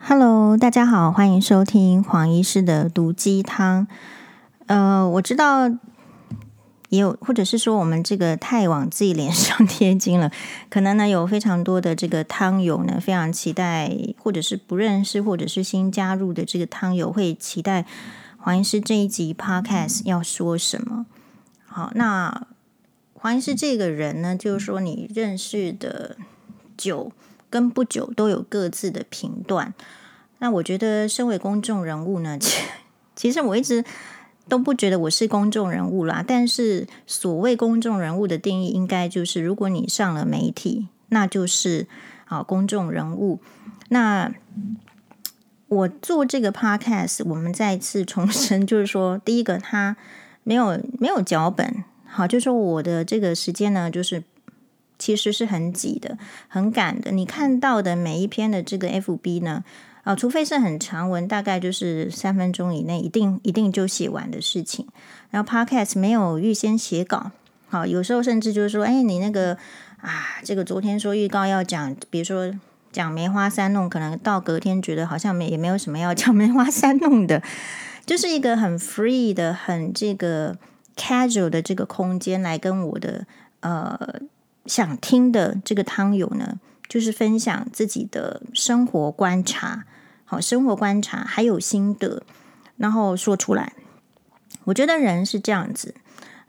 Hello， 大家好，欢迎收听黄医师的毒鸡汤。我知道也有，或者是说我们这个太往自己脸上贴金了，可能呢有非常多的这个汤友呢非常期待，或者是不认识，或者是新加入的这个汤友会期待黄医师这一集 Podcast 要说什么。好，那黄医师这个人呢，就是说你认识的久跟不久都有各自的评断。那我觉得身为公众人物呢，其实我一直都不觉得我是公众人物啦，但是所谓公众人物的定义应该就是如果你上了媒体，那就是公众人物。那我做这个 podcast 我们再次重申，就是说第一个它没有脚本，好，就是说我的这个时间呢就是其实是很挤的很赶的，你看到的每一篇的这个 FB 呢除非是很长文，大概就是3分钟以内一定就写完的事情。然后 podcast 没有预先写稿，好，有时候甚至就是说你那个这个昨天说预告要讲，比如说讲梅花三弄，可能到隔天觉得好像也没有什么要讲梅花三弄的，就是一个很 free 的很这个 casual 的这个空间来跟我的想听的这个汤友呢就是分享自己的生活观察，好，生活观察还有心得，然后说出来。我觉得人是这样子，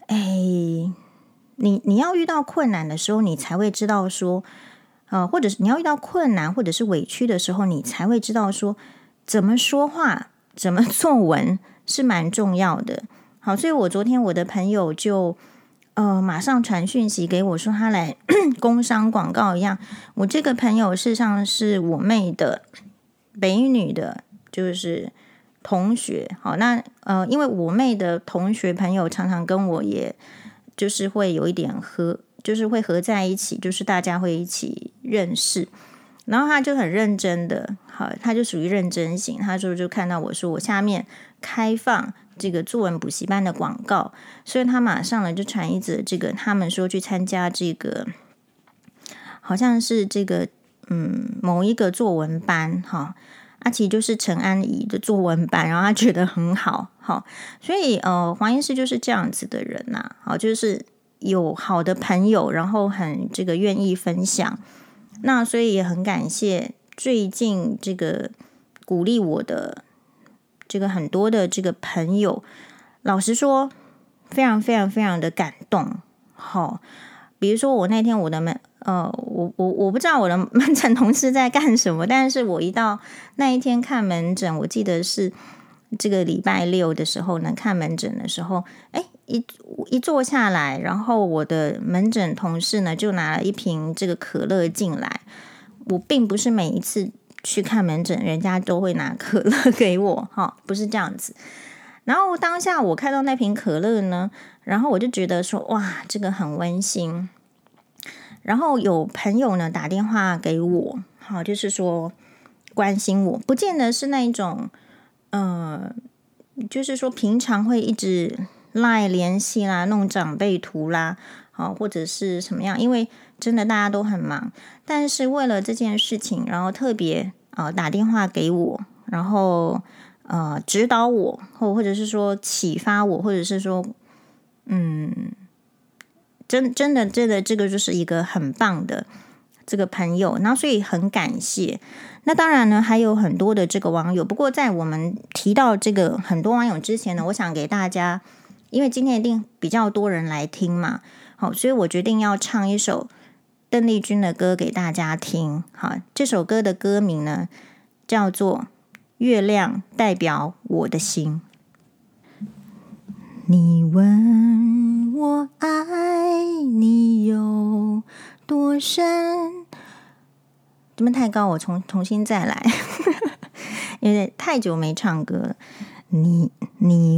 你要遇到困难的时候，你才会知道说，或者是你要遇到困难或者是委屈的时候，你才会知道说，怎么说话，怎么作文是蛮重要的。好，所以我昨天我的朋友就马上传讯息给我说他来工商广告一样。我这个朋友事实上是我妹的北一女的就是同学。好，那因为我妹的同学朋友常常跟我也就是会有一点就是会合在一起，就是大家会一起认识。然后他就很认真的，好，他就属于认真型，他就看到我说我下面开放这个作文补习班的广告，所以他马上呢就传一则这个他们说去参加这个好像是这个某一个作文班哈，其实就是陈安怡的作文班，然后他觉得很好，好，所以黄医师就是这样子的人呐，好，就是有好的朋友，然后很这个愿意分享。那所以也很感谢最近这个鼓励我的这个很多的这个朋友，老实说非常非常非常的感动。好，比如说我那天我的我不知道我的门诊同事在干什么，但是我一到那一天看门诊，我记得是这个礼拜6的时候呢，看门诊的时候，一坐下来，然后我的门诊同事呢就拿了一瓶这个可乐进来。我并不是每一次去看门诊人家都会拿可乐给我，不是这样子。然后当下我看到那瓶可乐呢，然后我就觉得说哇，这个很温馨。然后有朋友呢打电话给我，好，就是说关心我，不见得是那一种就是说平常会一直赖联系啦，弄长辈图啦，或者是什么样，因为真的大家都很忙，但是为了这件事情，然后特别打电话给我，然后指导我，或者是说启发我，或者是说真的这个就是一个很棒的这个朋友，然后所以很感谢。那当然呢还有很多的这个网友，不过在我们提到这个很多网友之前呢，我想给大家，因为今天一定比较多人来听嘛，好，所以我决定要唱一首邓丽君的歌给大家听。好，这首歌的歌名呢叫做《月亮代表我的心》。你问我爱你有多深，怎么太高？我重新再来，因为太久没唱歌了。你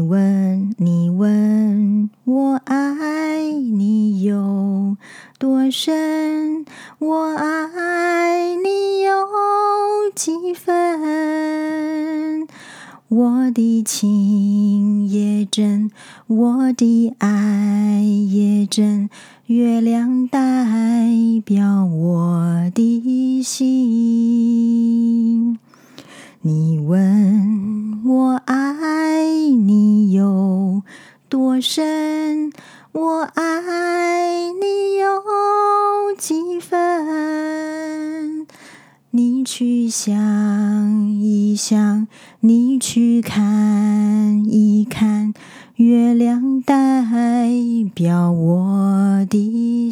问我爱你有多深，我爱你有几分？我的情也真，我的爱也真，月亮代表我的心。 你问我爱你有多深，我爱你有几分？你去想一想，你去看一看，月亮代表我的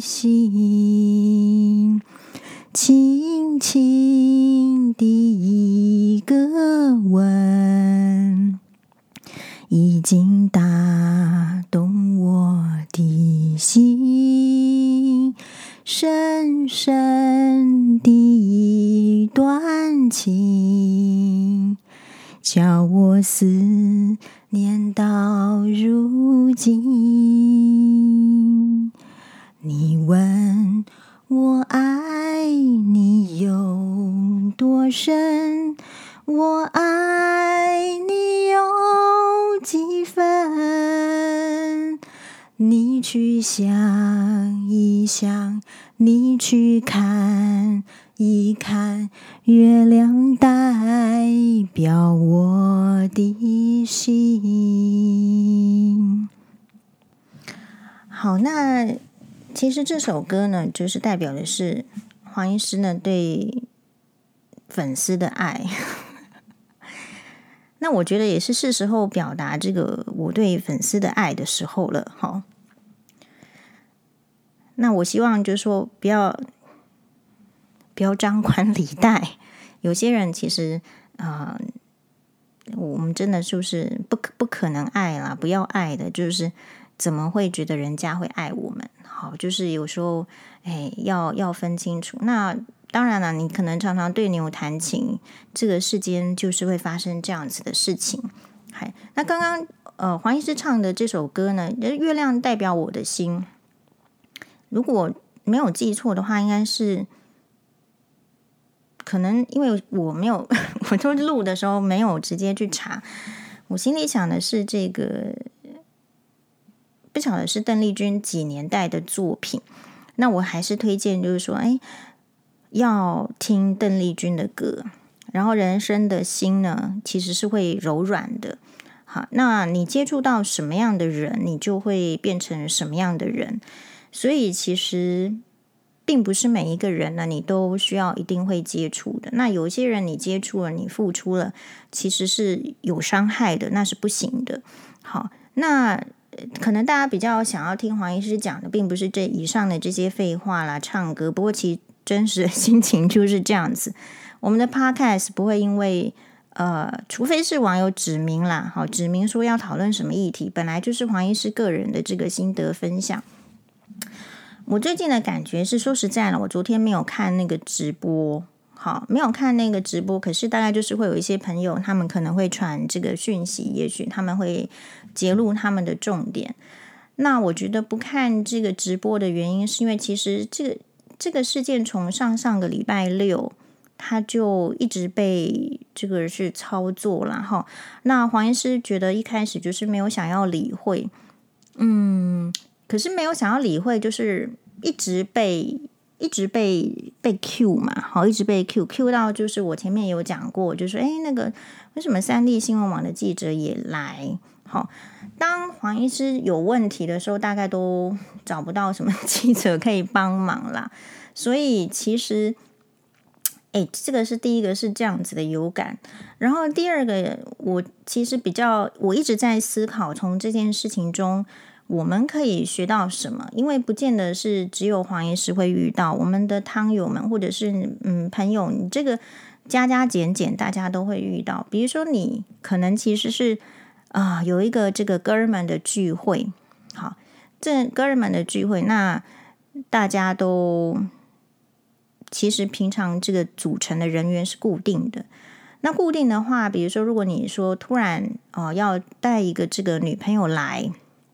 心，轻轻的一个吻，已经打动我的心，深深的一段情，叫我思念到如今。你问我爱你有多深，我爱你有几分？你去想一想，你去看一看，月亮代表我的心。好，那其实这首歌呢，就是代表的是黄医师呢对粉丝的爱。那我觉得也是时候表达这个我对粉丝的爱的时候了。好，那我希望就是说不要张冠李戴。有些人其实我们真的就是不可能爱啦，不要爱的，就是怎么会觉得人家会爱我们？好，就是有时候要分清楚。那当然了，你可能常常对牛弹琴，这个世间就是会发生这样子的事情。那刚刚黄医师唱的这首歌呢，月亮代表我的心，如果没有记错的话，应该是可能因为我没有我就录的时候没有直接去查，我心里想的是这个不晓得是邓丽君几年代的作品。那我还是推荐就是说要听邓丽君的歌，然后人生的心呢其实是会柔软的。好，那你接触到什么样的人，你就会变成什么样的人。所以其实并不是每一个人呢，你都需要一定会接触的。那有一些人你接触了，你付出了，其实是有伤害的，那是不行的。好，那可能大家比较想要听黄医师讲的，并不是这以上的这些废话啦、唱歌。不过其实真实的心情就是这样子。我们的 podcast 不会因为除非是网友指明啦，好，指明说要讨论什么议题，本来就是黄医师个人的这个心得分享。我最近的感觉是，说实在了，我昨天没有看那个直播，好，没有看那个直播，可是大概就是会有一些朋友，他们可能会传这个讯息，也许他们会揭露他们的重点。那我觉得不看这个直播的原因，是因为其实这个事件从上个礼拜六，他就一直被这个是操作啦哈。那黄医师觉得一开始就是没有想要理会，可是没有想要理会，就是一直被 Q 嘛，好，一直被 Q 到，就是我前面有讲过，就是那个为什么三立新闻网的记者也来？好，当黄医师有问题的时候，大概都找不到什么记者可以帮忙啦。所以其实，这个是第一个是这样子的有感，然后第二个，我其实我一直在思考，从这件事情中我们可以学到什么？因为不见得是只有黄医师会遇到，我们的汤友们或者是朋友，你这个加减减，大家都会遇到。比如说，你可能其实是有一个这个哥们的聚会，好，这哥们的聚会，那大家都其实平常这个组成的人员是固定的。那固定的话，比如说，如果你说突然要带一个这个女朋友来。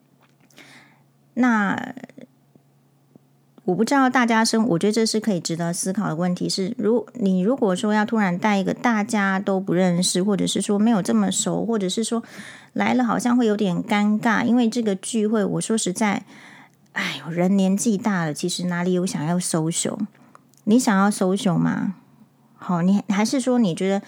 那我不知道大家我觉得这是可以值得思考的问题是，你如果说要突然带一个大家都不认识，或者是说没有这么熟，或者是说来了好像会有点尴尬，因为这个聚会，我说实在，人年纪大了，其实哪里有想要 social？ 你想要 social 吗？好，你还是说你觉得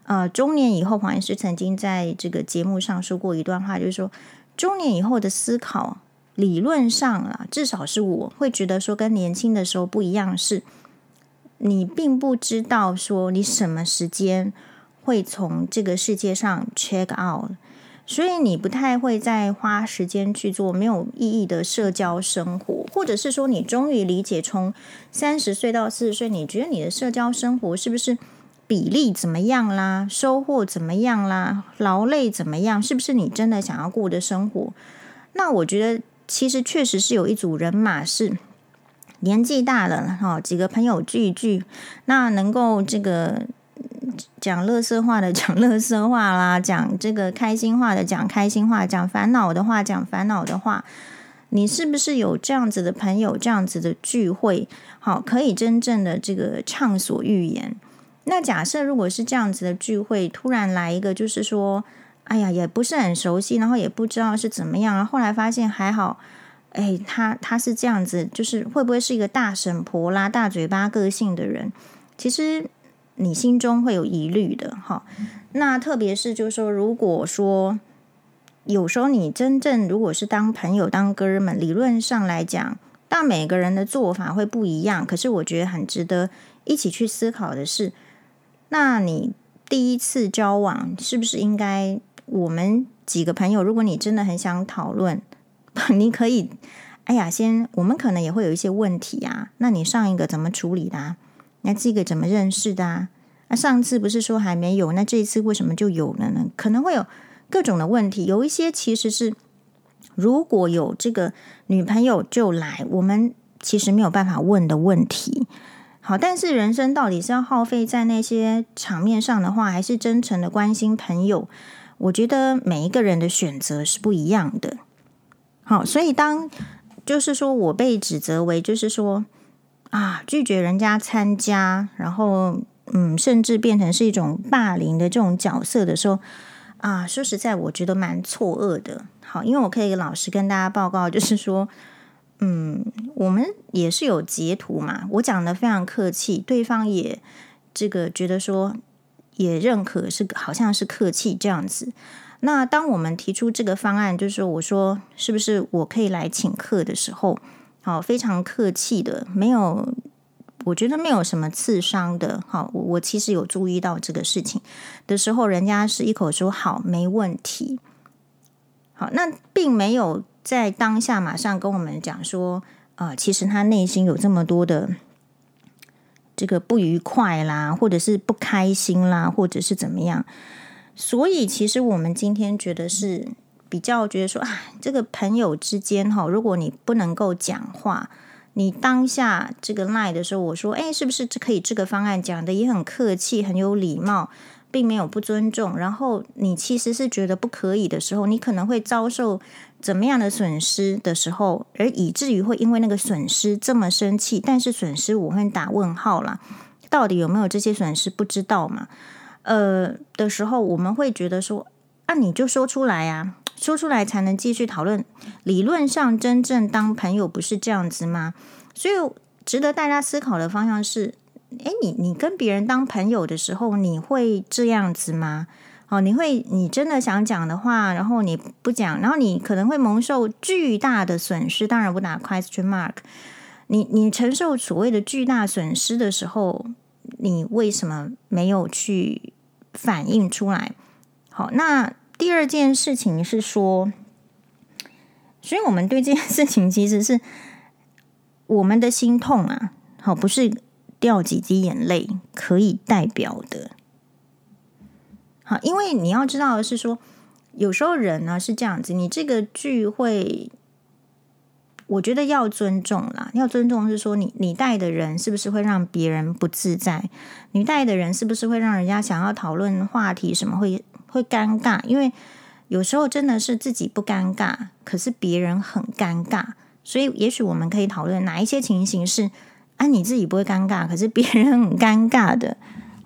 中年以后，黄医师曾经在这个节目上说过一段话，就是说中年以后的思考，理论上啊，至少是我会觉得说跟年轻的时候不一样，是你并不知道说你什么时间会从这个世界上 check out， 所以你不太会再花时间去做没有意义的社交生活，或者是说你终于理解从30岁到40岁，你觉得你的社交生活是不是比例怎么样啦，收获怎么样啦，劳累怎么样，是不是你真的想要过的生活？那我觉得其实确实是有一组人马是年纪大了，几个朋友聚一聚，那能够这个讲垃圾话的讲垃圾话啦，讲这个开心话的讲开心话，讲烦恼的话讲烦恼的话。你是不是有这样子的朋友，这样子的聚会，好，可以真正的这个畅所欲言？那假设如果是这样子的聚会，突然来一个就是说，哎呀，也不是很熟悉，然后也不知道是怎么样，然后后来发现还好，哎，他是这样子，就是会不会是一个大婶婆啦、大嘴巴个性的人？其实你心中会有疑虑的，哈。那特别是就是说，如果说有时候你真正如果是当朋友、当哥们，理论上来讲，但每个人的做法会不一样。可是我觉得很值得一起去思考的是，那你第一次交往是不是应该我们几个朋友，如果你真的很想讨论，你可以，哎呀，我们可能也会有一些问题啊。那你上一个怎么处理的啊？那这个怎么认识的啊？上次不是说还没有，那这一次为什么就有了呢？可能会有各种的问题，有一些其实是如果有这个女朋友就来，我们其实没有办法问的问题。好，但是人生到底是要耗费在那些场面上的话，还是真诚的关心朋友？我觉得每一个人的选择是不一样的。好，所以当就是说我被指责为就是说拒绝人家参加，然后甚至变成是一种霸凌的这种角色的时候。说实在，我觉得蛮错愕的。好，因为我可以老实跟大家报告，就是说，我们也是有截图嘛，我讲的非常客气，对方也这个觉得说也认可是好像是客气这样子。那当我们提出这个方案，就是说我说是不是我可以来请客的时候，好，非常客气的，没有。我觉得没有什么刺伤的，好，我其实有注意到这个事情的时候，人家是一口说好，没问题。好，那并没有在当下马上跟我们讲说，其实他内心有这么多的这个不愉快啦，或者是不开心啦，或者是怎么样。所以，其实我们今天觉得是比较觉得说，这个朋友之间哈，如果你不能够讲话。你当下这个 line 的时候，我说，是不是可以这个方案讲的也很客气，很有礼貌，并没有不尊重。然后你其实是觉得不可以的时候，你可能会遭受怎么样的损失的时候，而以至于会因为那个损失这么生气。但是损失我会打问号啦，到底有没有这些损失不知道嘛？的时候，我们会觉得说，你就说出来啊。说出来才能继续讨论。理论上，真正当朋友不是这样子吗？所以，值得大家思考的方向是：你跟别人当朋友的时候，你会这样子吗？你真的想讲的话，然后你不讲，然后你可能会蒙受巨大的损失。当然，不打 question mark。你承受所谓的巨大损失的时候，你为什么没有去反映出来？好，那。第二件事情是说，所以我们对这件事情其实是我们的心痛啊，好，不是掉几滴眼泪可以代表的。好，因为你要知道的是说，有时候人呢是这样子，你这个聚会，我觉得要尊重啦，要尊重是说你带的人是不是会让别人不自在？你带的人是不是会让人家想要讨论话题什么会尴尬？因为有时候真的是自己不尴尬，可是别人很尴尬，所以也许我们可以讨论哪一些情形是你自己不会尴尬，可是别人很尴尬的。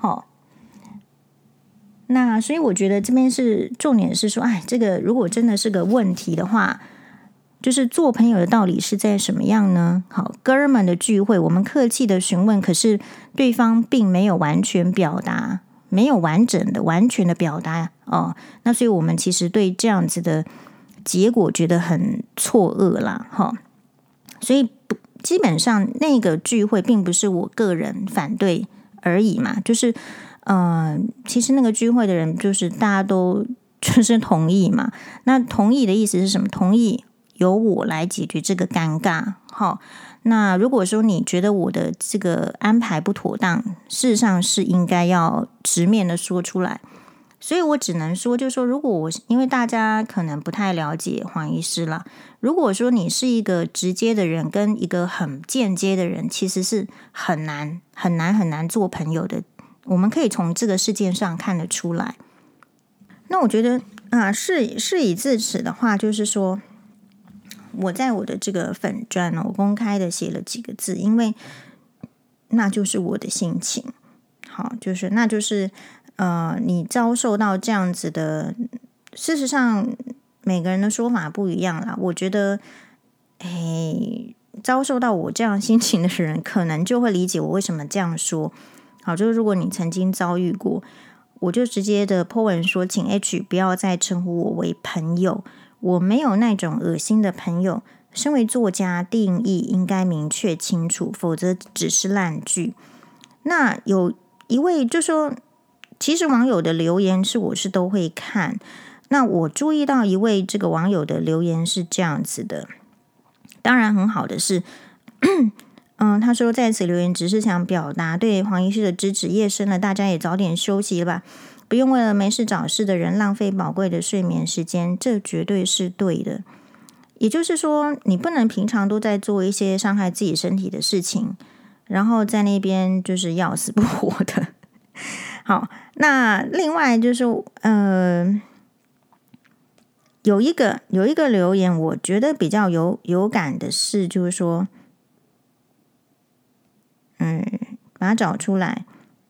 那所以我觉得这边是重点是说，这个如果真的是个问题的话，就是做朋友的道理是在什么样呢？好，哥们的聚会，我们客气的询问，可是对方并没有完全表达没有完整的、完全的表达哦。那所以我们其实对这样子的结果觉得很错愕啦，哈。所以基本上那个聚会并不是我个人反对而已嘛，就是其实那个聚会的人就是大家都就是同意嘛。那同意的意思是什么？同意由我来解决这个尴尬。好，那如果说你觉得我的这个安排不妥当，事实上是应该要直面的说出来。所以我只能说，就是说，如果因为大家可能不太了解黄医师啦，如果说你是一个直接的人，跟一个很间接的人，其实是很难做朋友的。我们可以从这个事件上看得出来。那我觉得事已至此的话，就是说，我在我的这个粉专呢，我公开的写了几个字，因为那就是我的心情。好，那就是你遭受到这样子的，事实上每个人的说法不一样啦。我觉得，遭受到我这样心情的人，可能就会理解我为什么这样说。好，就是如果你曾经遭遇过，我就直接的 po 文说，请 H 不要再称呼我为朋友，我没有那种恶心的朋友。身为作家，定义应该明确清楚，否则只是烂剧。那有一位就说，其实网友的留言我是都会看。那我注意到一位这个网友的留言是这样子的，当然很好的是他说在此留言只是想表达对黄医师的支持，夜深了，大家也早点休息吧，不用为了没事找事的人浪费宝贵的睡眠时间，这绝对是对的。也就是说，你不能平常都在做一些伤害自己身体的事情，然后在那边就是要死不活的。好，那另外就是有一个留言，我觉得比较有感的是，就是说，把它找出来。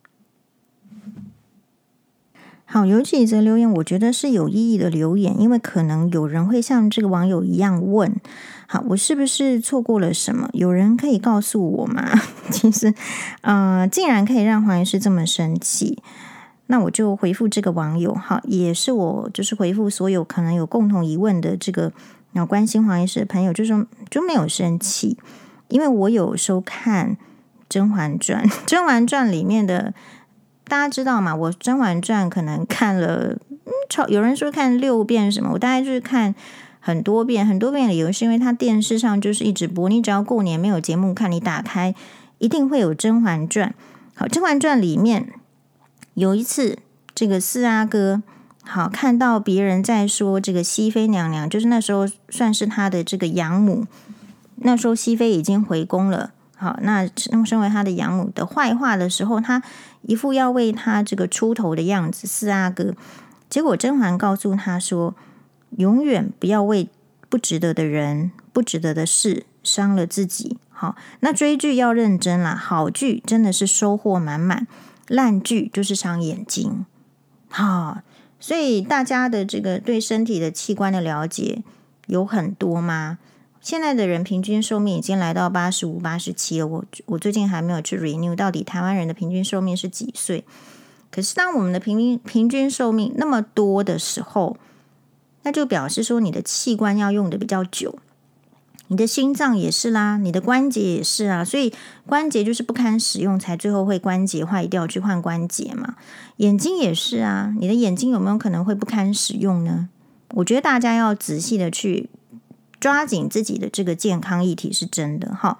好，有几则留言，我觉得是有意义的留言，因为可能有人会像这个网友一样问：好，我是不是错过了什么？有人可以告诉我吗？其实，竟然可以让黄医师这么生气，那我就回复这个网友，好，也是我就是回复所有可能有共同疑问的这个关心黄医师的朋友，就说就没有生气，因为我有收看《甄嬛传》，《甄嬛传》里面的。大家知道吗？我《甄嬛传》可能看了，有人说看6遍什么，我大概就是看很多遍的理由是因为它电视上就是一直播，你只要过年没有节目看，你打开一定会有《甄嬛传》。好，《甄嬛传》里面有一次，这个四阿哥好看到别人在说这个熹妃娘娘，就是那时候算是他的这个养母，那时候熹妃已经回宫了。好，那身为他的养母的坏话的时候，他一副要为他这个出头的样子，四阿哥。结果甄嬛告诉他说，永远不要为不值得的人、不值得的事伤了自己。好，那追剧要认真啦，好剧真的是收获满满，烂剧就是伤眼睛。好，所以大家的这个对身体的器官的了解有很多吗？现在的人平均寿命已经来到85、87了。我最近还没有去 renew， 到底台湾人的平均寿命是几岁？可是当我们的平均寿命那么多的时候，那就表示说你的器官要用的比较久，你的心脏也是啦，你的关节也是啊，所以关节就是不堪使用才最后会关节坏掉去换关节嘛。眼睛也是啊，你的眼睛有没有可能会不堪使用呢？我觉得大家要仔细的去抓紧自己的这个健康议题是真的哈。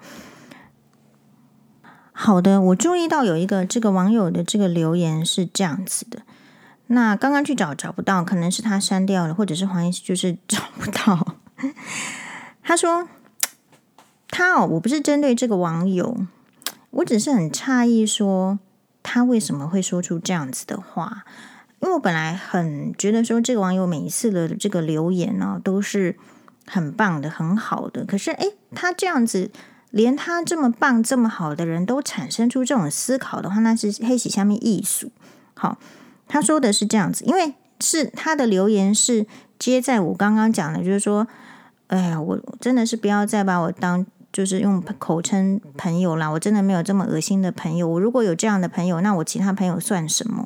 好的，我注意到有一个这个网友的这个留言是这样子的，那刚刚去找不到，可能是他删掉了，或者是黄医师就是找不到。他说我不是针对这个网友，我只是很诧异说他为什么会说出这样子的话，因为我本来很觉得说这个网友每一次的这个留言呢都是很棒的、很好的，可是他这样子，连他这么棒、这么好的人都产生出这种思考的话，那是黑喜下面艺术。好，他说的是这样子，因为是他的留言是接在我刚刚讲的，就是说，我真的是不要再把我当就是用口称朋友啦，我真的没有这么恶心的朋友。我如果有这样的朋友，那我其他朋友算什么？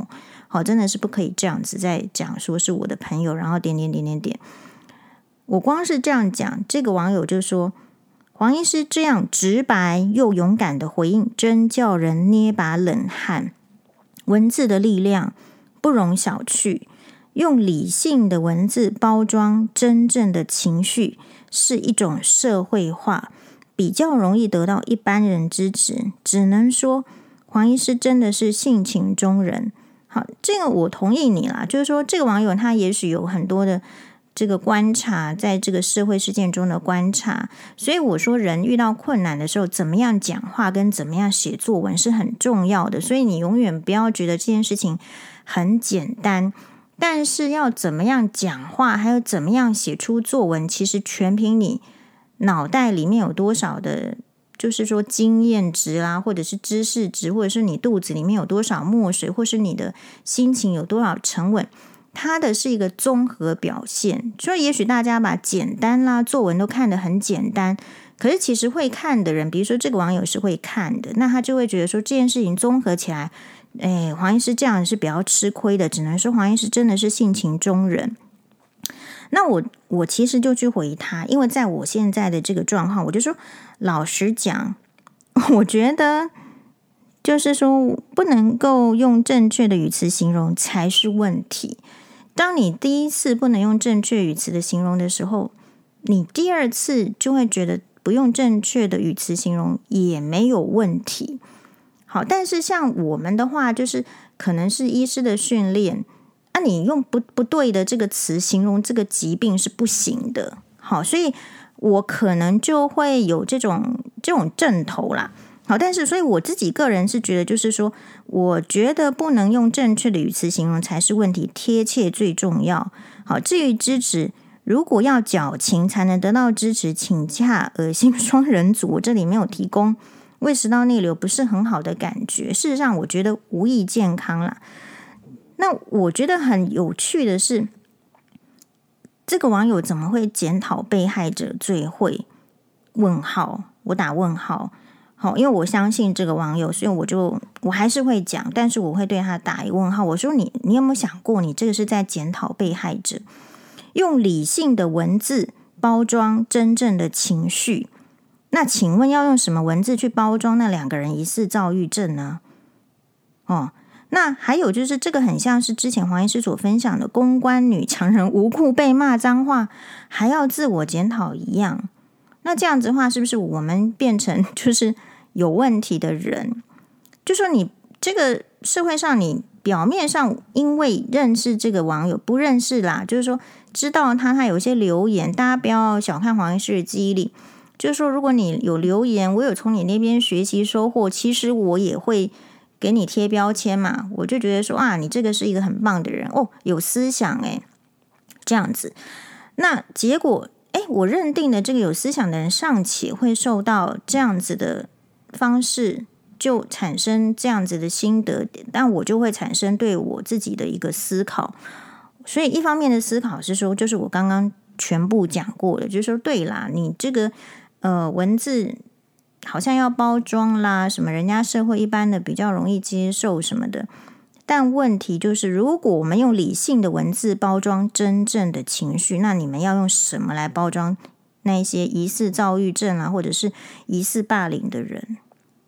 好，真的是不可以这样子在讲说是我的朋友，然后点点点点点。我光是这样讲，这个网友就说黄医师这样直白又勇敢的回应，真叫人捏把冷汗。文字的力量不容小觑，用理性的文字包装真正的情绪，是一种社会化，比较容易得到一般人支持。只能说黄医师真的是性情中人。好，这个我同意你啦，就是说这个网友他也许有很多的这个观察，在这个社会事件中的观察，所以我说人遇到困难的时候，怎么样讲话跟怎么样写作文是很重要的，所以你永远不要觉得这件事情很简单，但是要怎么样讲话，还有怎么样写出作文，其实全凭你脑袋里面有多少的，就是说经验值啦，或者是知识值，或者是你肚子里面有多少墨水，或是你的心情有多少沉稳，它的是一个综合表现。所以也许大家把简单啦作文都看得很简单，可是其实会看的人，比如说这个网友是会看的，那他就会觉得说这件事情综合起来，黄医师这样是比较吃亏的，只能说黄医师真的是性情中人。那我其实就去回他，因为在我现在的这个状况，我就说老实讲，我觉得就是说不能够用正确的语词形容才是问题。当你第一次不能用正确语词的形容的时候，你第二次就会觉得不用正确的语词形容也没有问题。好，但是像我们的话，就是可能是医师的训练，你用不对的这个词形容这个疾病是不行的。好，所以我可能就会有这种症头啦。好，但是所以我自己个人是觉得，就是说，我觉得不能用正确的语词形容才是问题，贴切最重要。好，至于支持，如果要矫情才能得到支持，请洽恶心双人组，我这里没有提供胃食道逆流不是很好的感觉。事实上，我觉得无益健康啦。那我觉得很有趣的是，这个网友怎么会检讨被害者最会？问号，我打问号。好，因为我相信这个网友，所以我还是会讲，但是我会对他打一问号。我说你有没有想过，你这个是在检讨被害者，用理性的文字包装真正的情绪？那请问要用什么文字去包装那两个人疑似躁郁症呢？那还有就是这个很像是之前黄医师所分享的公关女强人无故被骂脏话还要自我检讨一样。那这样子的话，是不是我们变成就是有问题的人？就说你这个社会上，你表面上因为认识这个网友，不认识啦，就是说知道他有一些留言，大家不要小看黄医师的记忆力。就是说，如果你有留言，我有从你那边学习收获，其实我也会给你贴标签嘛。我就觉得说你这个是一个很棒的人有思想这样子。那结果我认定的这个有思想的人尚且会受到这样子的方式，就产生这样子的心得，但我就会产生对我自己的一个思考。所以一方面的思考是说，就是我刚刚全部讲过的，就是说对啦，你这个文字好像要包装啦，什么人家社会一般的比较容易接受什么的。但问题就是，如果我们用理性的文字包装真正的情绪，那你们要用什么来包装那些疑似躁郁症或者是疑似霸凌的人？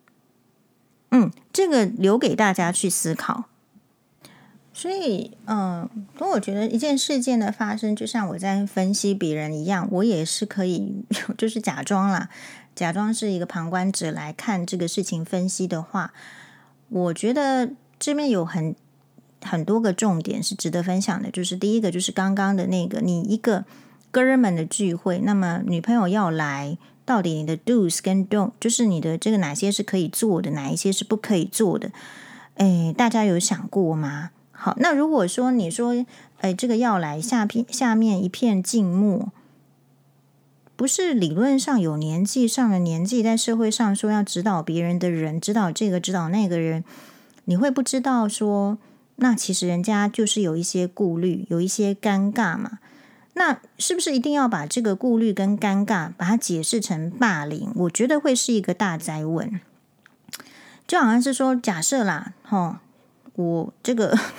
这个留给大家去思考。所以，我觉得一件事件的发生，就像我在分析别人一样，我也是可以，就是假装是一个旁观者来看这个事情分析的话，我觉得这边有很多个重点是值得分享的。就是第一个，就是刚刚的那个，你一个哥们的聚会，那么女朋友要来，到底你的 do's 跟 don't， 就是你的这个哪些是可以做的，哪一些是不可以做的，大家有想过吗？好，那如果说你说，这个要来，下面一片静默，不是理论上有年纪上了年纪，在社会上说要指导别人的人，指导这个指导那个人，你会不知道说，那其实人家就是有一些顾虑，有一些尴尬嘛。那是不是一定要把这个顾虑跟尴尬把它解释成霸凌？我觉得会是一个大哉问。就好像是说，假设啦，我这个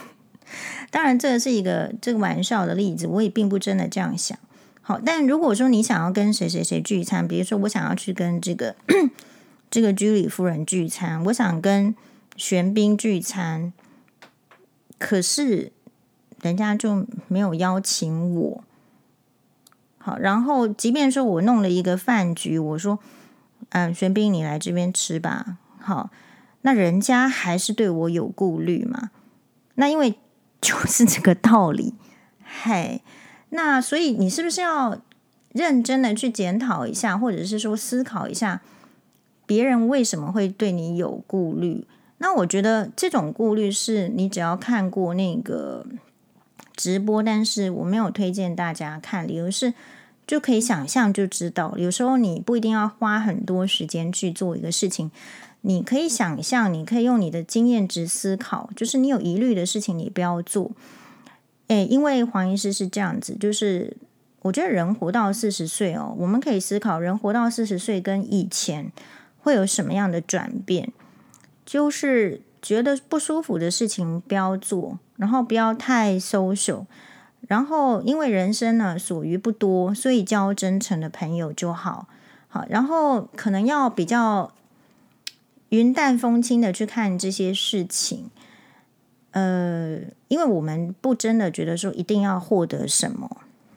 当然这个是这个玩笑的例子，我也并不真的这样想。好，但如果说你想要跟谁谁谁聚餐，比如说我想要去跟这个居里夫人聚餐，我想跟玄彬聚餐，可是人家就没有邀请我。好，然后即便说我弄了一个饭局，我说玄彬你来这边吃吧，好，那人家还是对我有顾虑嘛，那因为就是这个道理。嘿，那所以你是不是要认真的去检讨一下，或者是说思考一下别人为什么会对你有顾虑？那我觉得这种顾虑是你只要看过那个直播，但是我没有推荐大家看，理由是就可以想象就知道，有时候你不一定要花很多时间去做一个事情，你可以想象，你可以用你的经验值思考，就是你有疑虑的事情你不要做。因为黄医师是这样子，就是我觉得人活到40岁哦，我们可以思考人活到40岁跟以前会有什么样的转变，就是觉得不舒服的事情不要做，然后不要太 social， 然后因为人生呢所余不多，所以交真诚的朋友就好，然后可能要比较云淡风轻的去看这些事情。因为我们不真的觉得说一定要获得什么，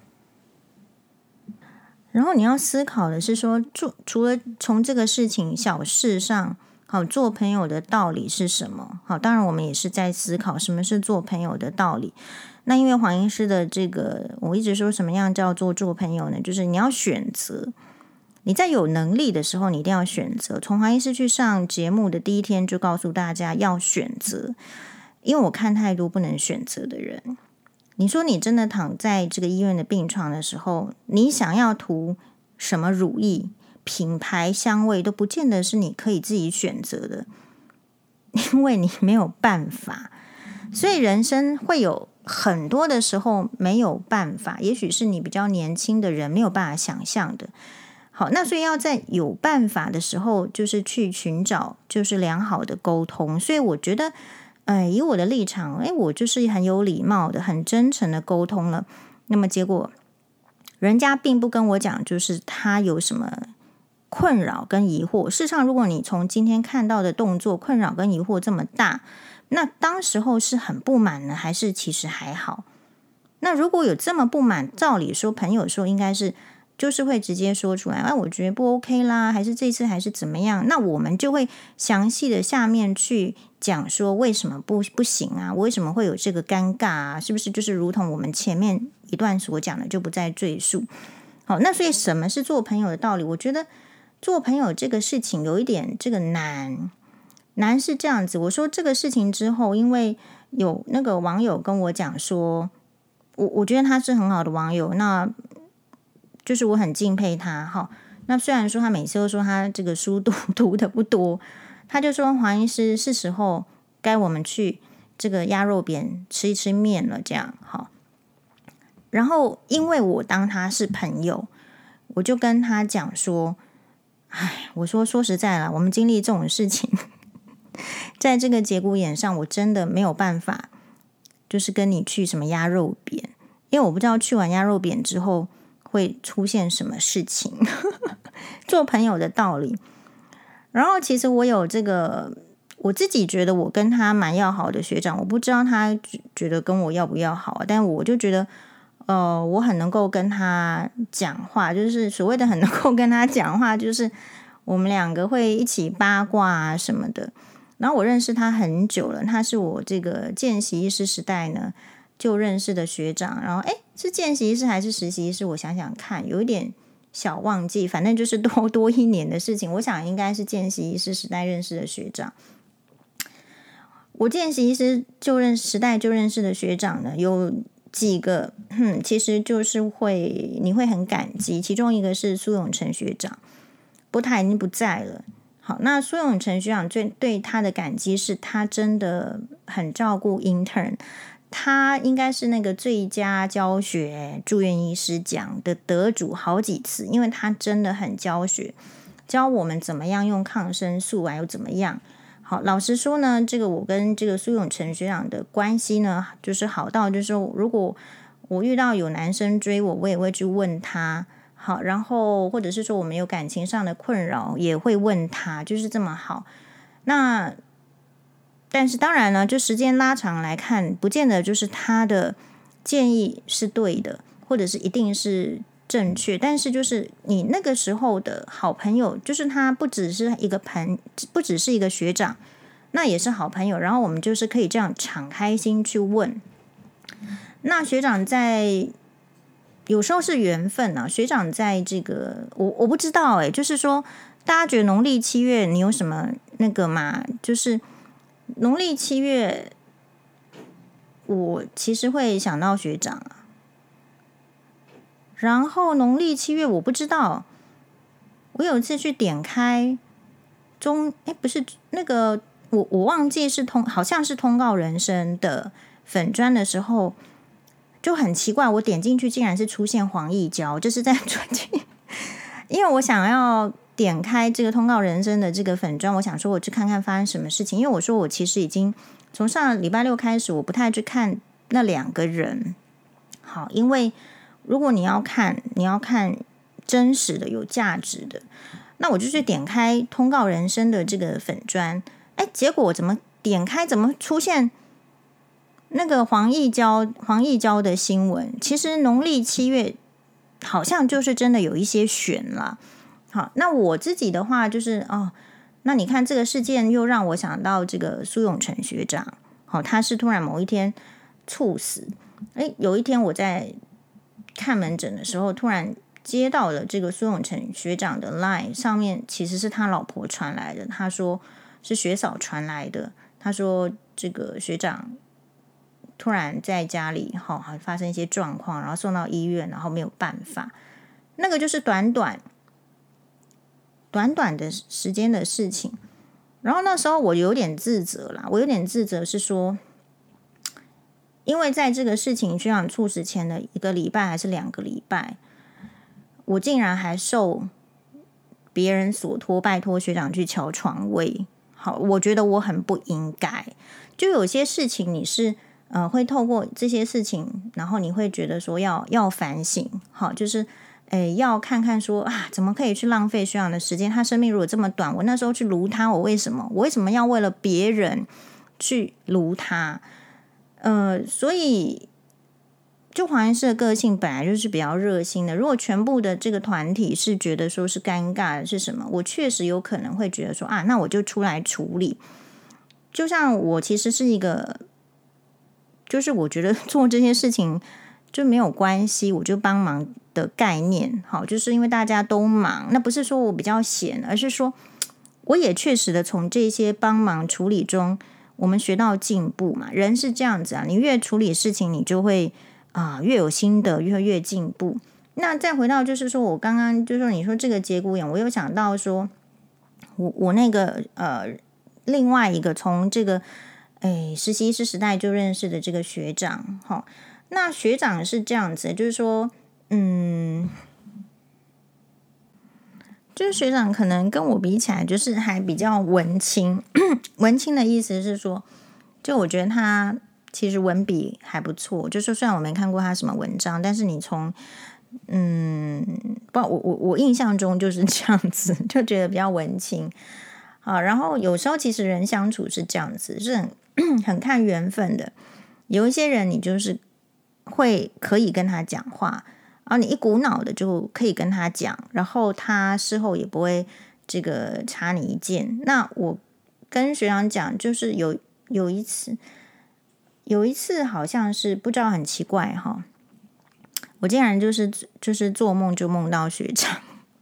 然后你要思考的是说，除了从这个事情小事上，好，做朋友的道理是什么？好，当然我们也是在思考什么是做朋友的道理。那因为黄医师的这个，我一直说什么样叫做朋友呢？就是你要选择，你在有能力的时候，你一定要选择。从黄医师去上节目的第一天就告诉大家要选择。因为我看太多不能选择的人，你说你真的躺在这个医院的病床的时候，你想要涂什么乳液、品牌香味都不见得是你可以自己选择的，因为你没有办法。所以人生会有很多的时候没有办法，也许是你比较年轻的人没有办法想象的。好，那所以要在有办法的时候，就是去寻找就是良好的沟通。所以我觉得以我的立场，我就是很有礼貌的、很真诚的沟通了。那么结果，人家并不跟我讲，就是他有什么困扰跟疑惑。事实上，如果你从今天看到的动作，困扰跟疑惑这么大，那当时候是很不满呢，还是其实还好？那如果有这么不满，照理说，朋友说应该是就是会直接说出来，我觉得不 OK 啦，还是这次还是怎么样？那我们就会详细的下面去讲说为什么不行啊？为什么会有这个尴尬啊？是不是就是如同我们前面一段所讲的，就不再赘述。好，那所以什么是做朋友的道理？我觉得做朋友这个事情有一点这个难是这样子。我说这个事情之后，因为有那个网友跟我讲说，我觉得他是很好的网友，那就是我很敬佩他哈。那虽然说他每次都说他这个书读的不多，他就说黄医师是时候该我们去这个鸭肉扁吃一吃面了，这样好。然后因为我当他是朋友，我就跟他讲说，我说实在啦，我们经历这种事情，在这个节骨眼上，我真的没有办法，就是跟你去什么鸭肉扁，因为我不知道去完鸭肉扁之后会出现什么事情。做朋友的道理。然后其实我有这个，我自己觉得我跟他蛮要好的学长，我不知道他觉得跟我要不要好啊，但我就觉得我很能够跟他讲话，就是所谓的很能够跟他讲话，就是我们两个会一起八卦啊什么的。然后我认识他很久了，他是我这个见习医师时代呢就认识的学长。然后是见习医师还是实习医师？我想想看，有一点小忘记，反正就是多1年的事情。我想应该是见习医师时代认识的学长。我见习医师时代就认识的学长呢，有几个，其实就是你会很感激。其中一个是苏永成学长，不过他已经不在了。好，那苏永成学长对他的感激是他真的很照顾 intern， 他应该是那个最佳教学住院医师奖的得主好几次，因为他真的很教我们怎么样用抗生素啊，又怎么样。 好，老实说呢，这个我跟这个苏永成学长的关系呢，就是好到就是说，如果我遇到有男生追我，我也会去问他。好，然后或者是说我们有感情上的困扰，也会问他，就是这么好。那但是当然呢，就时间拉长来看，不见得就是他的建议是对的，或者是一定是正确。但是就是你那个时候的好朋友，就是他不只是一个学长，那也是好朋友。然后我们就是可以这样敞开心去问。那学长在有时候是缘分啊，学长在这个我不知道就是说大家觉得农历7月你有什么那个嘛？就是农历7月，我其实会想到学长啊。然后农历7月，我不知道，我有一次去点开不是那个，我忘记是好像是通告人生的粉专的时候，就很奇怪，我点进去竟然是出现黄义交，这是在最近，因为我想要点开这个通告人生的这个粉专，我想说我去看看发生什么事情，因为我说我其实已经从上礼拜6开始，我不太去看那2个人。好，因为如果你要看真实的、有价值的，那我就去点开通告人生的这个粉专，结果怎么点开怎么出现那个黄义交的新闻？其实农历7月好像就是真的有一些悬了。好，那我自己的话就是那你看这个事件又让我想到这个苏永成学长。好，他是突然某一天猝死。有一天我在看门诊的时候，突然接到了这个苏永成学长的 LINE， 上面其实是他老婆传来的，他说是学嫂传来的，他说这个学长突然在家里发生一些状况，然后送到医院，然后没有办法。那个就是短短的时间的事情。然后那时候我有点自责啦，我有点自责是说，因为在这个事情学长猝死前的1个礼拜还是2个礼拜，我竟然还受别人所托，拜托学长去瞧床位。好，我觉得我很不应该。就有些事情你是会透过这些事情，然后你会觉得说要反省。好，就是要看看说怎么可以去浪费学长的时间？他生命如果这么短，我那时候去撸他，我为什么要为了别人去撸他？所以就黄医师的个性本来就是比较热心的。如果全部的这个团体是觉得说是尴尬的是什么，我确实有可能会觉得说那我就出来处理。就像我其实是一个，就是我觉得做这些事情就没有关系，我就帮忙的概念。好，就是因为大家都忙，那不是说我比较闲，而是说我也确实的从这些帮忙处理中，我们学到进步嘛。人是这样子啊，你越处理事情，你就会越有心得，越进步。那再回到就是说我刚刚就说你说这个节骨眼，我有想到说我那个另外一个从这个实习医师时代就认识的这个学长。那学长是这样子，就是说就是学长可能跟我比起来，就是还比较文青。文青的意思是说，就我觉得他其实文笔还不错。就是虽然我没看过他什么文章，但是你从我印象中就是这样子，就觉得比较文青。然后有时候其实人相处是这样子，是很看缘分的。有一些人你就是可以跟他讲话，然后你一股脑的就可以跟他讲，然后他事后也不会这个插你一剑。那我跟学长讲，就是有一次好像是不知道很奇怪我竟然就是做梦就梦到学长。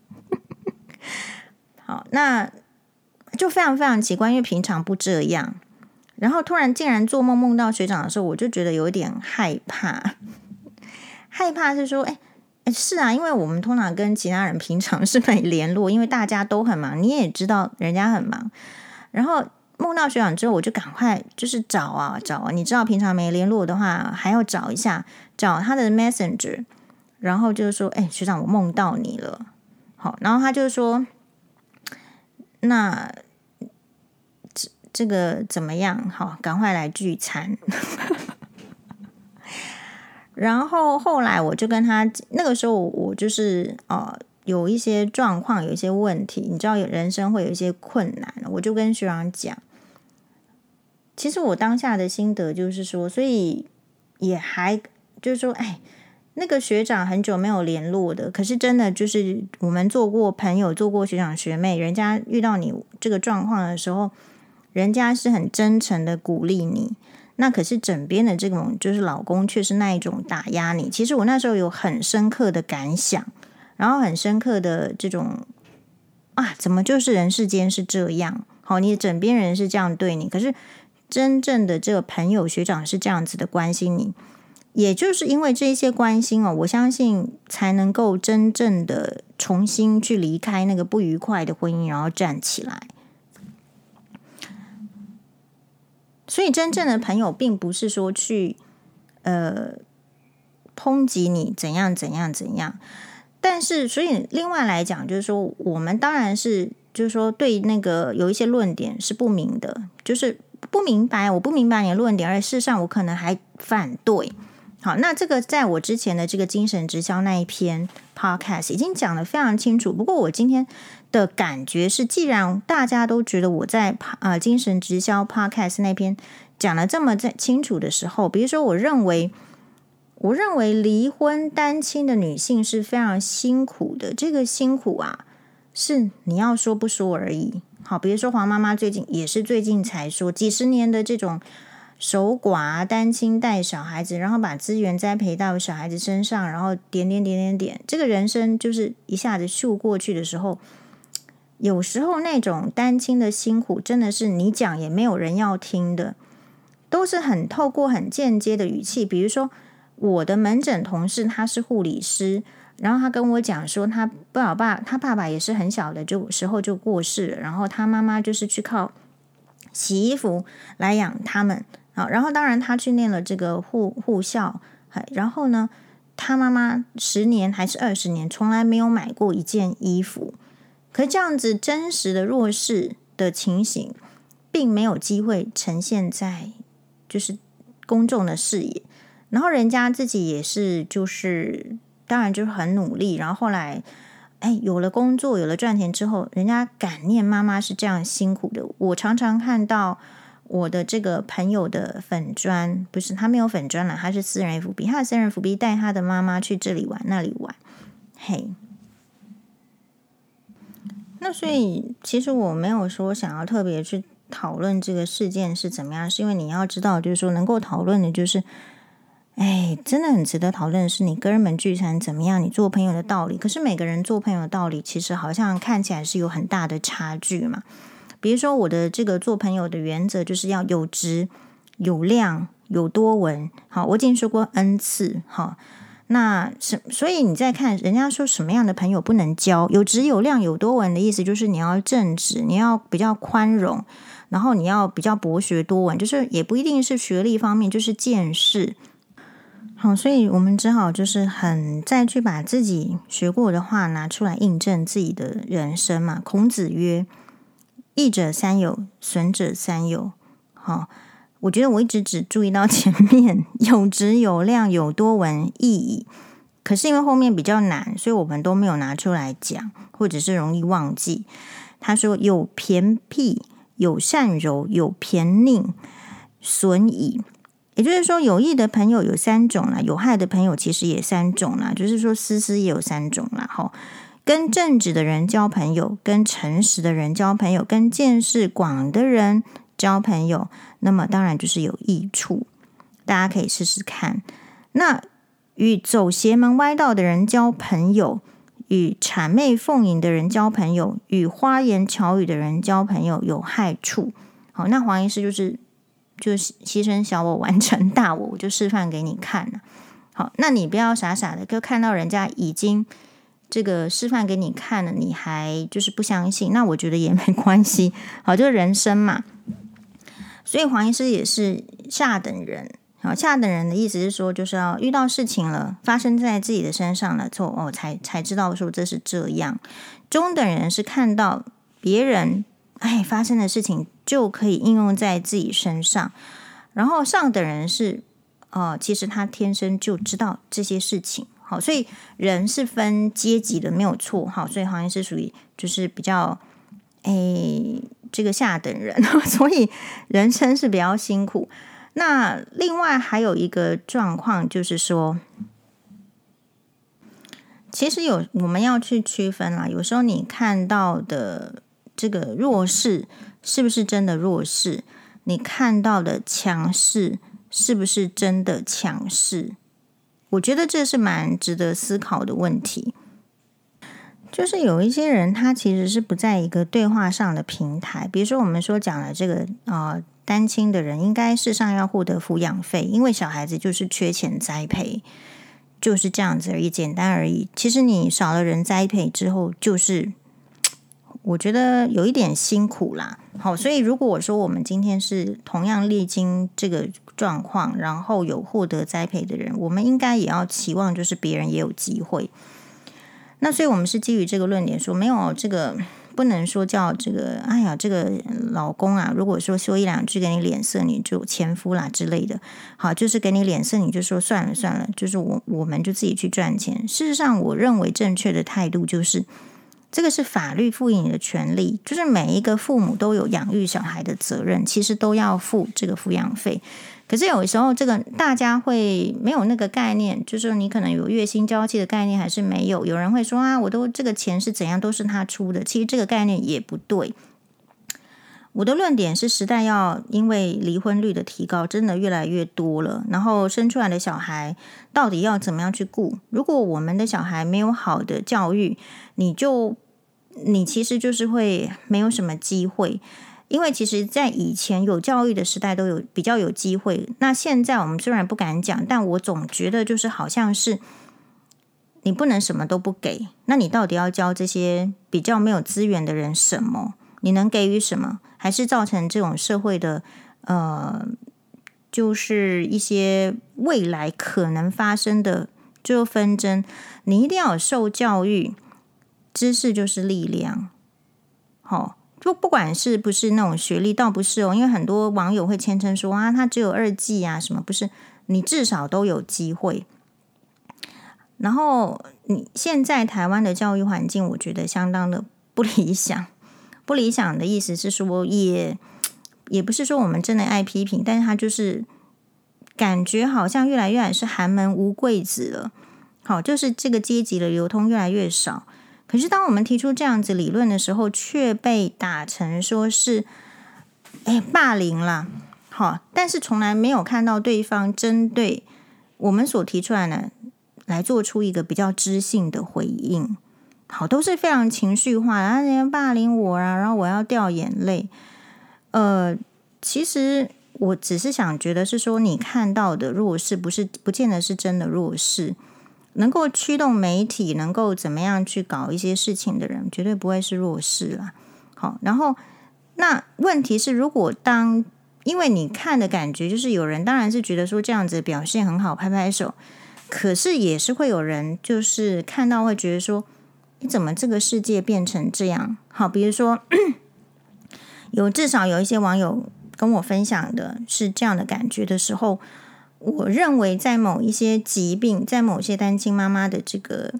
好，那就非常非常奇怪，因为平常不这样。然后突然竟然做梦梦到学长的时候，我就觉得有点害怕。害怕是说是啊，因为我们通常跟其他人平常是没联络，因为大家都很忙，你也知道人家很忙。然后梦到学长之后，我就赶快就是找啊，你知道平常没联络的话，还要找一下，找他的 Messenger， 然后就是说学长我梦到你了。好，然后他就说那这个怎么样？好，赶快来聚餐。然后后来我就跟他，那个时候我就是有一些状况，有一些问题，你知道，人生会有一些困难，我就跟学长讲。其实我当下的心得就是说，所以也还就是说，那个学长很久没有联络的，可是真的就是我们做过朋友，做过学长学妹，人家遇到你这个状况的时候，人家是很真诚的鼓励你。那可是枕边的这种就是老公却是那一种打压你。其实我那时候有很深刻的感想，然后很深刻的这种怎么就是人世间是这样？好，你的枕边人是这样对你，可是真正的这个朋友学长是这样子的关心你。也就是因为这一些关心我相信才能够真正的重新去离开那个不愉快的婚姻，然后站起来。所以真正的朋友并不是说去抨击你怎样怎样怎样，但是所以另外来讲，就是说我们当然是就是说对那个有一些论点是不明的，就是不明白，我不明白你的论点，而事实上我可能还反对。好，那这个在我之前的这个精神直销那一篇 podcast 已经讲得非常清楚。不过我今天的感觉是，既然大家都觉得我在精神直销 podcast 那篇讲得这么清楚的时候，比如说我认为离婚单亲的女性是非常辛苦的，这个辛苦是你要说不说而已。好，比如说黄妈妈最近才说，几十年的这种守寡单亲带小孩子，然后把资源栽培到小孩子身上，然后点，这个人生就是一下子咻过去的时候，有时候那种单亲的辛苦真的是你讲也没有人要听的，都是很透过很间接的语气。比如说我的门诊同事他是护理师，然后他跟我讲说他爸爸也是很小的时候就过世了，然后他妈妈就是去靠洗衣服来养他们。然后当然他去念了这个护校，然后呢他妈妈10年还是20年从来没有买过一件衣服。可这样子真实的弱势的情形并没有机会呈现在就是公众的视野，然后人家自己也是就是当然就是很努力，然后后来有了工作有了赚钱之后，人家感念妈妈是这样辛苦的。我常常看到我的这个朋友的粉专，不是他没有粉专了，他是私人 FB， 他的私人 FB 带他的妈妈去这里玩那里玩。那所以其实我没有说想要特别去讨论这个事件是怎么样，是因为你要知道就是说能够讨论的就是真的很值得讨论的是你跟人们聚餐怎么样，你做朋友的道理。可是每个人做朋友的道理其实好像看起来是有很大的差距嘛。比如说我的这个做朋友的原则就是要有质有量有多闻。好，我已经说过 N 次。好，那所以你再看人家说什么样的朋友不能交，有质有量有多闻的意思就是你要正直，你要比较宽容，然后你要比较博学多闻，就是也不一定是学历方面，就是见识。好，所以我们只好就是再去把自己学过的话拿出来印证自己的人生嘛。孔子曰：益者三友，损者三友。好，我觉得我一直只注意到前面有质有量有多闻益矣，可是因为后面比较难，所以我们都没有拿出来讲，或者是容易忘记。他说有偏僻有善柔有偏佞，损矣。也就是说有益的朋友有3种啦，有害的朋友其实也3种啦，就是说私也有3种啦。跟正直的人交朋友，跟诚实的人交朋友，跟见识广的人交朋友，那么当然就是有益处，大家可以试试看。那与走邪门歪道的人交朋友，与谄媚奉迎的人交朋友，与花言巧语的人交朋友有害处。好，那黄医师就牺牲小我完成大我，我就示范给你看了。好，那你不要傻傻的就看到人家已经这个示范给你看了，你还就是不相信，那我觉得也没关系。好，就是人生嘛。所以黄医师也是下等人。好，下等人的意思是说，就是要遇到事情了，发生在自己的身上了，才知道说这是这样。中等人是看到别人发生的事情就可以应用在自己身上。然后上等人是其实他天生就知道这些事情。好，所以人是分阶级的，没有错。好，所以好像是属于就是比较这个下等人，所以人生是比较辛苦。那另外还有一个状况就是说，其实我们要去区分啦，有时候你看到的这个弱势是不是真的弱势，你看到的强势是不是真的强势，我觉得这是蛮值得思考的问题。就是有一些人他其实是不在一个对话上的平台，比如说我们说讲了这个单亲的人应该事实上要获得抚养费，因为小孩子就是缺钱栽培，就是这样子而已，简单而已。其实你少了人栽培之后，就是我觉得有一点辛苦啦。好，所以如果我说我们今天是同样历经这个状况，然后有获得栽培的人，我们应该也要期望就是别人也有机会。那所以我们是基于这个论点说，没有这个不能说叫这个哎呀这个老公啊，如果说一两句给你脸色，你就前夫啦之类的，好，就是给你脸色你就说算了算了，就是我们就自己去赚钱。事实上我认为正确的态度就是这个是法律赋予你的权利，就是每一个父母都有养育小孩的责任，其实都要付这个抚养费。可是有时候这个大家会没有那个概念，就是你可能有月薪娇妻的概念还是没有。有人会说我都这个钱是怎样都是他出的，其实这个概念也不对。我的论点是时代要因为离婚率的提高真的越来越多了，然后生出来的小孩到底要怎么样去顾。如果我们的小孩没有好的教育，你其实就是会没有什么机会。因为其实在以前有教育的时代都有比较有机会，那现在我们虽然不敢讲，但我总觉得就是好像是你不能什么都不给，那你到底要教这些比较没有资源的人什么？你能给予什么？还是造成这种社会的就是一些未来可能发生的就纷争？你一定要有受教育，知识就是力量。好。就不管是不是那种学历，倒不是因为很多网友会谦称说他只有2技啊什么，不是，你至少都有机会。然后你现在台湾的教育环境我觉得相当的不理想，不理想的意思是说也不是说我们真的爱批评，但是他就是感觉好像越来越是寒门无贵子了。好，就是这个阶级的流通越来越少。可是当我们提出这样子理论的时候，却被打成说是霸凌啦。好，但是从来没有看到对方针对我们所提出来的来做出一个比较知性的回应。好，都是非常情绪化的，人家霸凌我啊，然后我要掉眼泪。其实我只是想觉得是说，你看到的弱势不见得是真的弱势。能够驱动媒体能够怎么样去搞一些事情的人，绝对不会是弱势啦。好，然后那问题是，如果因为你看的感觉就是有人当然是觉得说这样子表现很好，拍拍手，可是也是会有人就是看到会觉得说，你怎么这个世界变成这样？好，比如说至少有一些网友跟我分享的是这样的感觉的时候，我认为在某一些疾病，在某些单亲妈妈的这个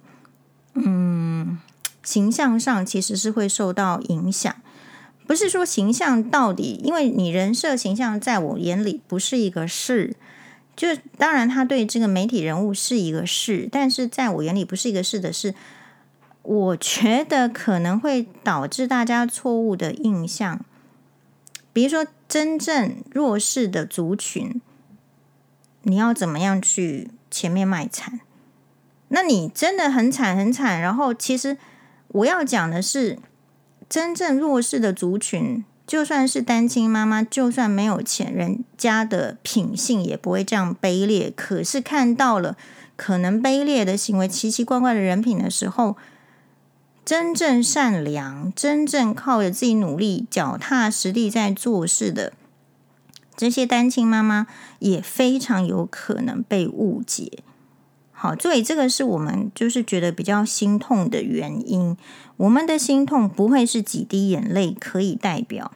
形象上，其实是会受到影响。不是说形象到底，因为你人设形象在我眼里不是一个事，就当然他对这个媒体人物是一个事，但是在我眼里不是一个事的是，我觉得可能会导致大家错误的印象。比如说真正弱势的族群，你要怎么样去前面卖惨？那你真的很惨很惨，然后其实我要讲的是，真正弱势的族群，就算是单亲妈妈，就算没有钱，人家的品性也不会这样卑劣。可是看到了可能卑劣的行为、奇奇怪怪的人品的时候，真正善良、真正靠着自己努力、脚踏实地在做事的这些单亲妈妈也非常有可能被误解。好，所以这个是我们就是觉得比较心痛的原因。我们的心痛不会是几滴眼泪可以代表。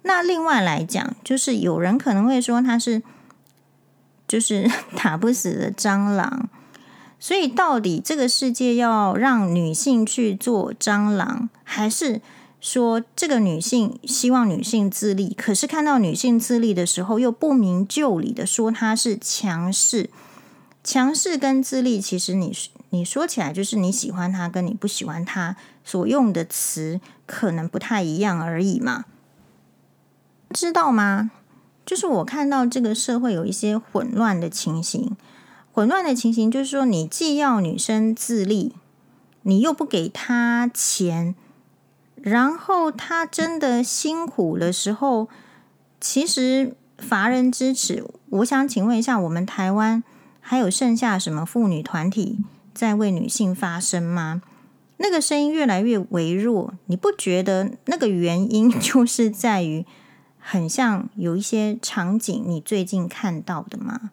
那另外来讲，就是有人可能会说他是就是打不死的蟑螂，所以到底这个世界要让女性去做蟑螂，还是说这个女性希望女性自立，可是看到女性自立的时候又不明就里的说她是强势？强势跟自立其实你说起来就是你喜欢她跟你不喜欢她所用的词可能不太一样而已嘛，知道吗？就是我看到这个社会有一些混乱的情形，就是说你既要女生自立，你又不给她钱，然后她真的辛苦的时候，其实乏人之耻。我想请问一下，我们台湾还有剩下什么妇女团体在为女性发声吗？那个声音越来越微弱，你不觉得那个原因就是在于很像有一些场景你最近看到的吗？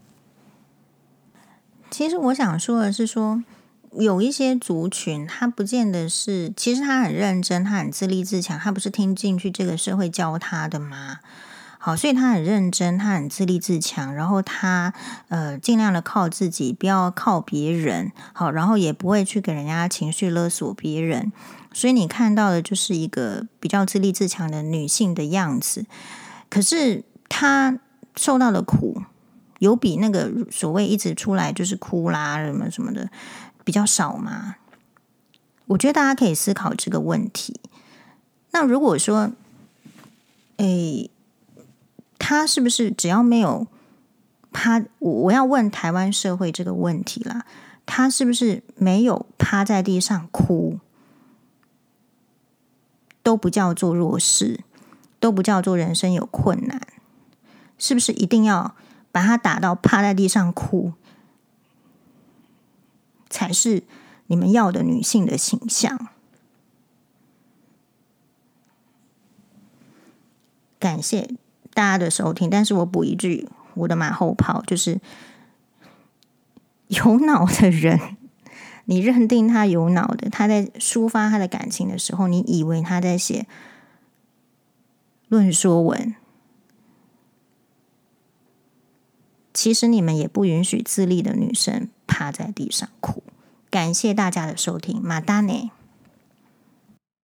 其实我想说的是说，有一些族群他不见得是，其实他很认真，他很自立自强，他不是听进去这个社会教他的吗？好，所以他很认真，他很自立自强，然后他尽量的靠自己，不要靠别人。好，然后也不会去给人家情绪勒索别人。所以你看到的就是一个比较自立自强的女性的样子。可是她受到的苦，有比那个所谓一直出来就是哭啦什么什么的比较少吗？我觉得大家可以思考这个问题。那如果说，他是不是只要没有趴，我要问台湾社会这个问题啦，他是不是没有趴在地上哭，都不叫做弱势，都不叫做人生有困难？是不是一定要把他打到趴在地上哭，才是你们要的女性的形象？感谢大家的收听，但是我补一句我的马后炮，就是有脑的人，你认定他有脑的，他在抒发他的感情的时候，你以为他在写论说文，其实你们也不允许自立的女生趴在地上哭。感谢大家的收听，马达内。